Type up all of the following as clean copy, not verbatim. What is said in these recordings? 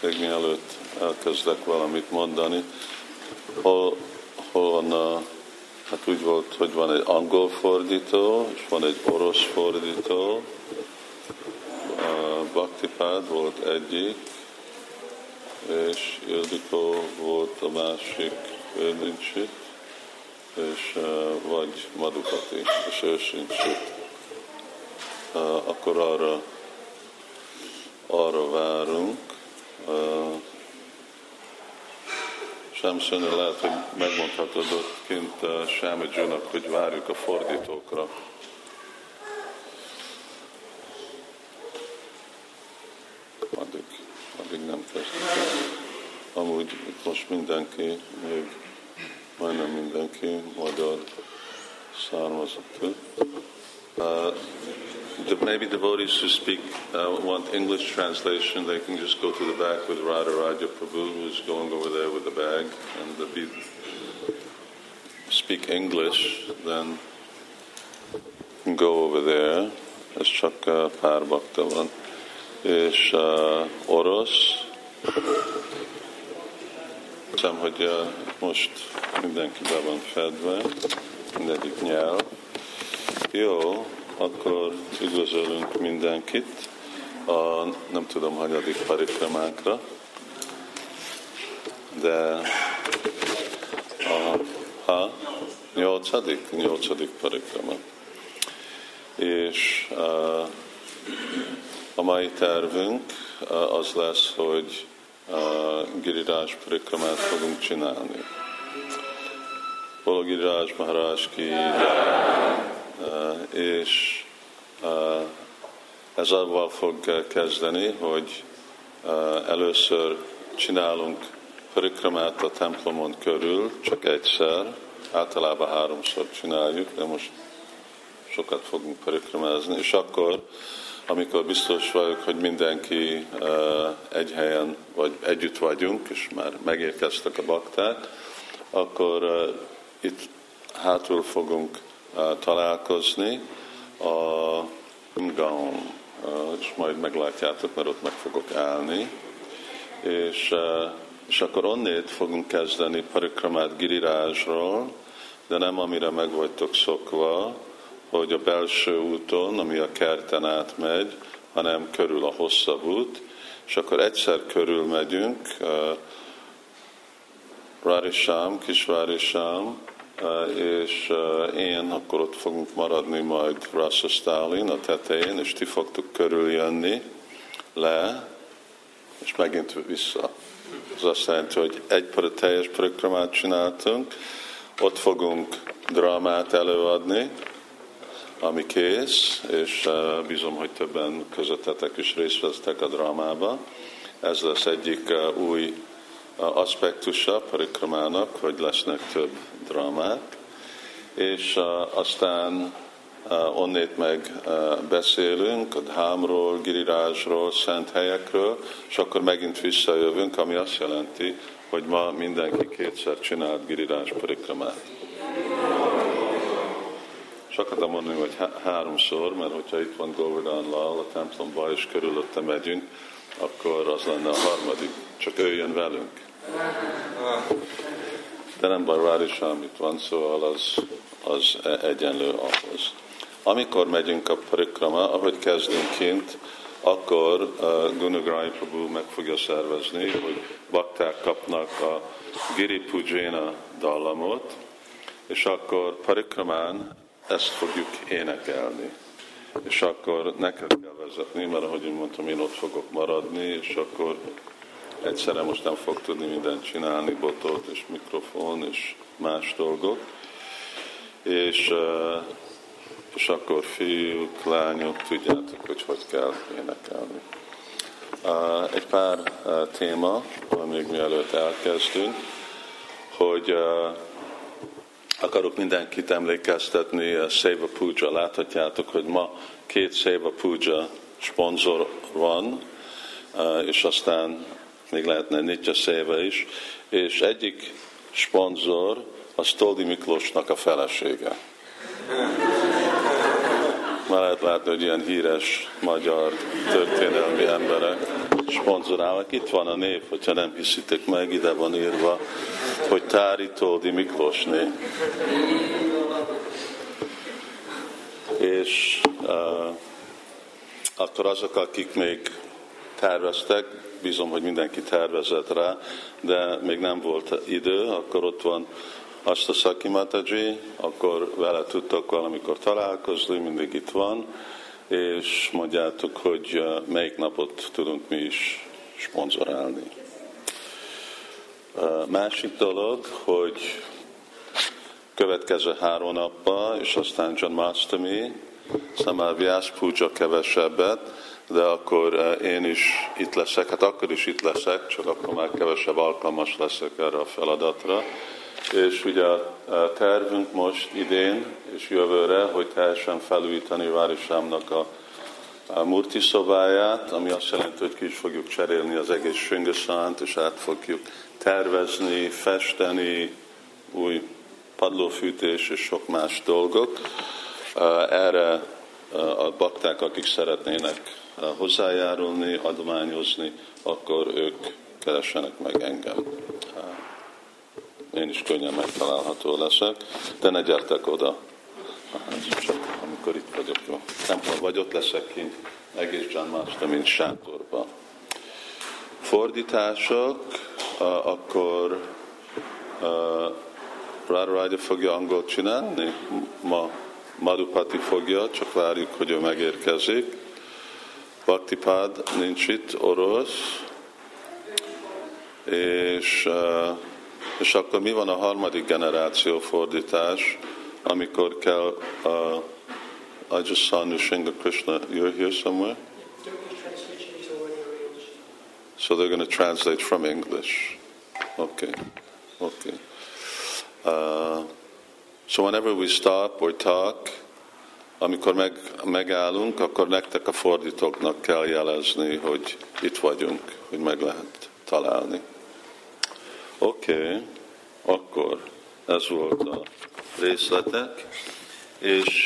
még mielőtt elkezdek valamit mondani. Hol van hát úgy volt, hogy van egy angol fordító, és van egy orosz fordító. Bhaktipád volt egyik, és Ildikó volt a másik, ő nincs itt, és vagy Madhupati, és ő sincs itt. Akkor arra várunk. Samson, lehet, hogy megmondhatod ott kint Sámi Dzsunak, hogy várjuk a fordítókra. Addig nem kezdjük. Amúgy itt most mindenki, még majdnem mindenki magyar származatú. Maybe devotees who speak want English translation, they can just go to the back with Radharaja Prabhu, who's going over there with the bag, and if you speak English, then go over there. Ez csak pár bakta van. És orosz. Hiszem, hogy most mindenki be van fedve, mindegyik nyelv. Jó, akkor üdvözölünk mindenkit a nem tudom, hanyadik parikramánkra, de nyolcadik parikrama. És a mai tervünk az lesz, hogy Giriraj parikramát fogunk csinálni. Bolo Giriraj Maharaj ki jár. És ez avval fog kezdeni, hogy először csinálunk parikramát a templomon körül, csak egyszer, általában 3-szor csináljuk, de most sokat fogunk parikramázni, és akkor, amikor biztos vagyok, hogy mindenki egy helyen vagy együtt vagyunk, és már megérkeztek a bakták, akkor itt hátul fogunk találkozni a Gaon, és majd meglátjátok, mert ott meg fogok állni, és akkor onnét fogunk kezdeni parikramát Girirajról, de nem amire meg vagytok szokva, hogy a belső úton, ami a kerten átmegy, hanem körül a hosszabb út, és akkor egyszer körül megyünk, Radhisham, Kisvárisám, és én, akkor ott fogunk maradni majd Rasasztálin a tetején, és ti fogtok körüljönni le, és megint vissza. Ez azt jelenti, hogy egy teljes parikramát csináltunk, ott fogunk drámát előadni, ami kész, és bízom, hogy többen közöttetek is részt vesztek a drámába. Ez lesz egyik új aspektusa parikramának, hogy lesznek több drámák, és aztán onnét meg beszélünk a Dhámról, Girirajról, szent helyekről, és akkor megint visszajövünk, ami azt jelenti, hogy ma mindenki 2-szer csinált Giriraj parikramát. És akartam mondani, hogy 3-szor, mert hogyha itt van Govardhan Lal a templomba, és körülötte megyünk, akkor az lenne a 3. Csak ő jön velünk. De nem baj, Radhisham itt van, szóval az egyenlő ahhoz. Amikor megyünk a parikrama, ahogy kezdünk kint, akkor Gunagraj Prabhu meg fogja szervezni, hogy bakták kapnak a Giri Pujena dallamot, és akkor parikramán ezt fogjuk énekelni. És akkor neked kell vezetni, mert ahogy én mondtam, én ott fogok maradni, és akkor egyszerre most nem fog tudni mindent csinálni, botot és mikrofon és más dolgok. És akkor fiúk, lányok, tudjátok, hogy kell énekelni. Egy pár téma, még mielőtt elkezdünk, hogy akarok mindenkit emlékeztetni a Seva Puja. Láthatjátok, hogy ma 2 Seva Puja szponzor van, és aztán még lehetne Nitya Seva is, és egyik szponzor az Toldi Miklósnak a felesége. Már lehet látni, hogy ilyen híres magyar történelmi emberek. szponzorálnak. Itt van a név, hogyha nem hiszitek meg, ide van írva, hogy Tári Toldi Miklósné. És akkor azok, akik még terveztek, bízom, hogy mindenki tervezett rá, de még nem volt idő, akkor ott van azt a Szaki Mataji, akkor vele tudtak valamikor találkozni, mindig itt van, és mondjátok, hogy melyik napot tudunk mi is szponzorálni. Másik dolog, hogy következő 3 napban, és aztán Janmashtami, Samar Vyas Puja kevesebbet, de akkor én is itt leszek, hát akkor is itt leszek, csak akkor már kevesebb alkalmas leszek erre a feladatra. És ugye a tervünk most idén és jövőre, hogy teljesen felújítani Várisámnak a murti szobáját, ami azt jelenti, hogy ki is fogjuk cserélni az egész süngaszánt, és át fogjuk tervezni, festeni, új padlófűtés és sok más dolgok. Erre a bakták, akik szeretnének hozzájárulni, adományozni, akkor ők keressenek meg engem. Én is könnyen megtalálható leszek, de ne gyertek oda, csak amikor itt vagyok. Jó. Nem, vagy ott leszek kint egész Janmashtami, mint sátorba. Fordítások, akkor Radharani fogja angolt csinálni, ma Madhupati fogja, csak várjuk, hogy ő megérkezik. Bhaktipád nincs itt, orosz, és akkor mi van a harmadik generáció fordítás, amikor kell, I just saw Nrsimha Krishna, you're here somewhere? So they're going to translate from English. Okay. So whenever we stop or talk, amikor megállunk, akkor nektek a fordítóknak kell jelezni, hogy itt vagyunk, hogy meg lehet találni. Oké, akkor ez volt a részletek, és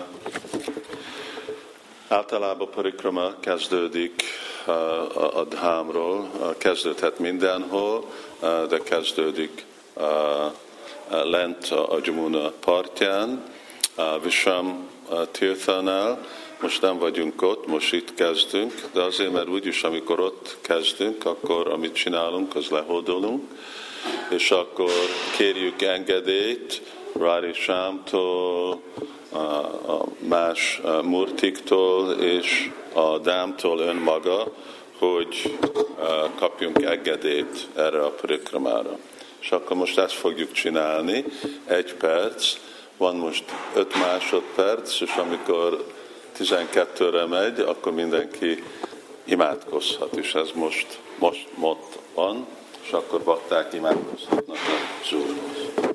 általában parikrama kezdődik a dhámról, kezdődhet mindenhol, de kezdődik lent a Jamuna partján, Visham Tirthanál. Most nem vagyunk ott, most itt kezdünk, de azért, mert úgyis, amikor ott kezdünk, akkor amit csinálunk, az lehódolunk, és akkor kérjük engedélyt Radhisámtól, a más murtiktól és a dámtól önmaga, hogy kapjunk engedélyt erre a parikramára. És akkor most ezt fogjuk csinálni, 1 perc, van most 5 másodperc, és amikor 12-re megy, akkor mindenki imádkozhat, és ez most van, és akkor bakták imádkozhatnak az Úrhoz.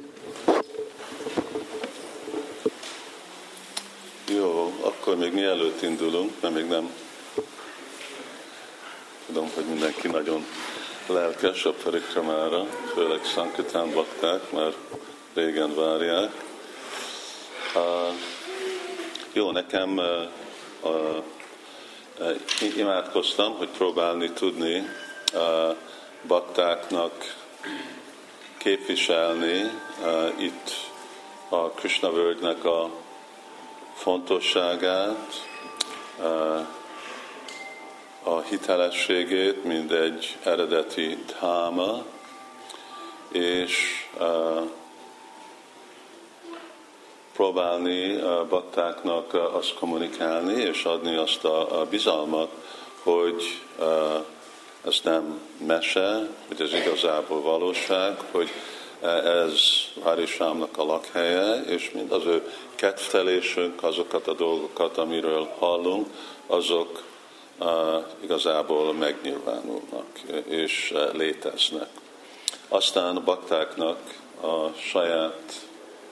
Jó, akkor még mielőtt indulunk, mert még nem tudom, hogy mindenki nagyon lelkes a parikramára, főleg Sankirtán bakták, mert régen várják. Jó, nekem imádkoztam, hogy próbálni tudni baktáknak képviselni itt a Krishna völgynek a fontosságát, a hitelességét, mint egy eredeti dháma, és próbálni a baktáknak azt kommunikálni, és adni azt a bizalmat, hogy ez nem mese, hogy ez igazából valóság, hogy ez Várisámnak a lakhelye, és mind az ő kedvtelésünk, azokat a dolgokat, amiről hallunk, azok igazából megnyilvánulnak és léteznek. Aztán a baktáknak a saját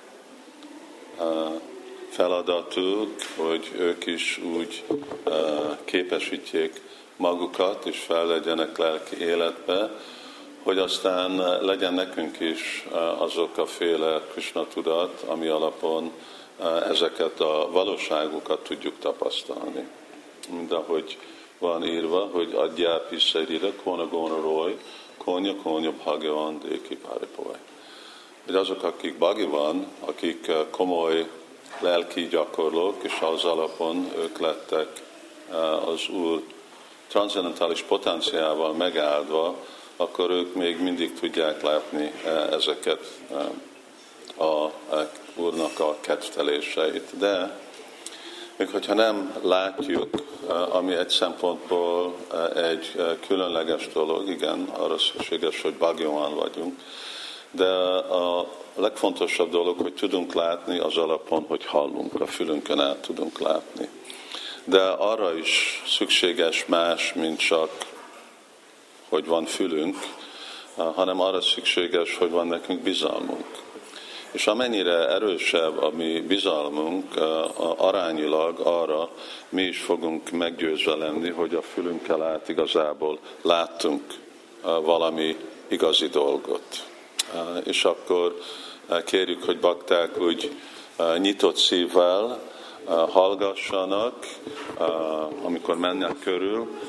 feladatuk, hogy ők is úgy képesítjék magukat, és fel legyenek lelki életbe, hogy aztán legyen nekünk is azok a féle Krishna tudat, ami alapon ezeket a valóságokat tudjuk tapasztalni. Mint ahogy van írva, hogy adjápi szerire, kona gona roy, konya bhagavan déki páripoly. Hogy azok, akik bhagavan, akik komoly lelki gyakorlók, és az alapon ők lettek az Úr transzendentális potenciával megáldva, akkor ők még mindig tudják látni ezeket a Úrnak a kedveléseit. De még hogyha nem látjuk, ami egy szempontból egy különleges dolog, igen, arra szükséges, hogy bhagavan vagyunk, de a legfontosabb dolog, hogy tudunk látni az alapon, hogy hallunk, a fülünkön át tudunk látni. De arra is szükséges más, mint csak, hogy van fülünk, hanem arra szükséges, hogy van nekünk bizalmunk. És amennyire erősebb a mi bizalmunk, arányilag arra mi is fogunk meggyőzve lenni, hogy a fülünkkel át igazából láttunk valami igazi dolgot. És akkor kérjük, hogy bakták úgy nyitott szívvel hallgassanak, amikor mennek körül,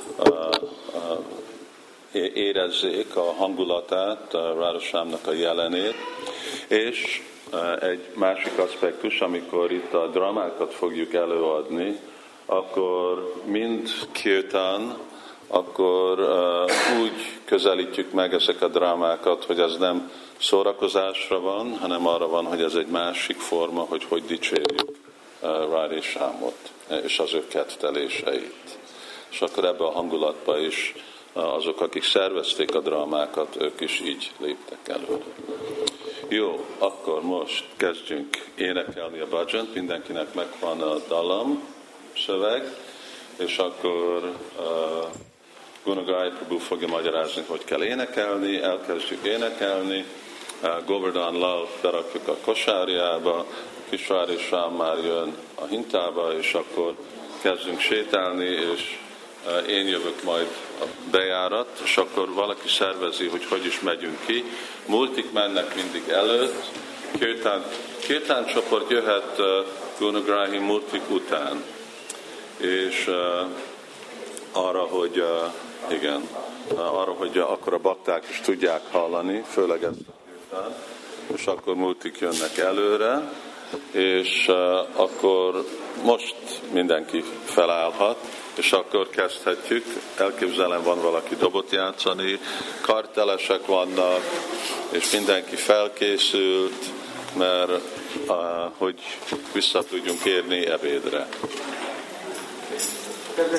érezzék a hangulatát, Radhasámnak a jelenét, és egy másik aspektus, amikor itt a drámákat fogjuk előadni, akkor mind kirtán, akkor úgy közelítjük meg ezek a drámákat, hogy ez nem szórakozásra van, hanem arra van, hogy ez egy másik forma, hogy dicsérjük Radhasámot és az ő kedveléseit. És akkor ebbe a hangulatba is azok, akik szervezték a drámákat, ők is így léptek előre. Jó, akkor most kezdjünk énekelni a bhajant, mindenkinek megvan a dalam szöveg, és akkor Gunagai Prabhu fogja magyarázni, hogy kell énekelni, elkezdjük énekelni, Govardhan Lal berakjuk a kosárjába, kis Radhasám már jön a hintába, és akkor kezdünk sétálni, és én jövök majd a bejárat, és akkor valaki szervezi, hogy is megyünk ki. Multik mennek mindig előtt, kirtán csoport jöhet Gunagrahi Multik után. És arra, hogy akkor a bakták is tudják hallani, főleg ezt a kirtán, és akkor multik jönnek előre, és akkor most mindenki felállhat, és akkor kezdhetjük. Elképzelem, van valaki dobot játszani, kartelesek vannak, és mindenki felkészült, mert hogy vissza tudjunk érni ebédre.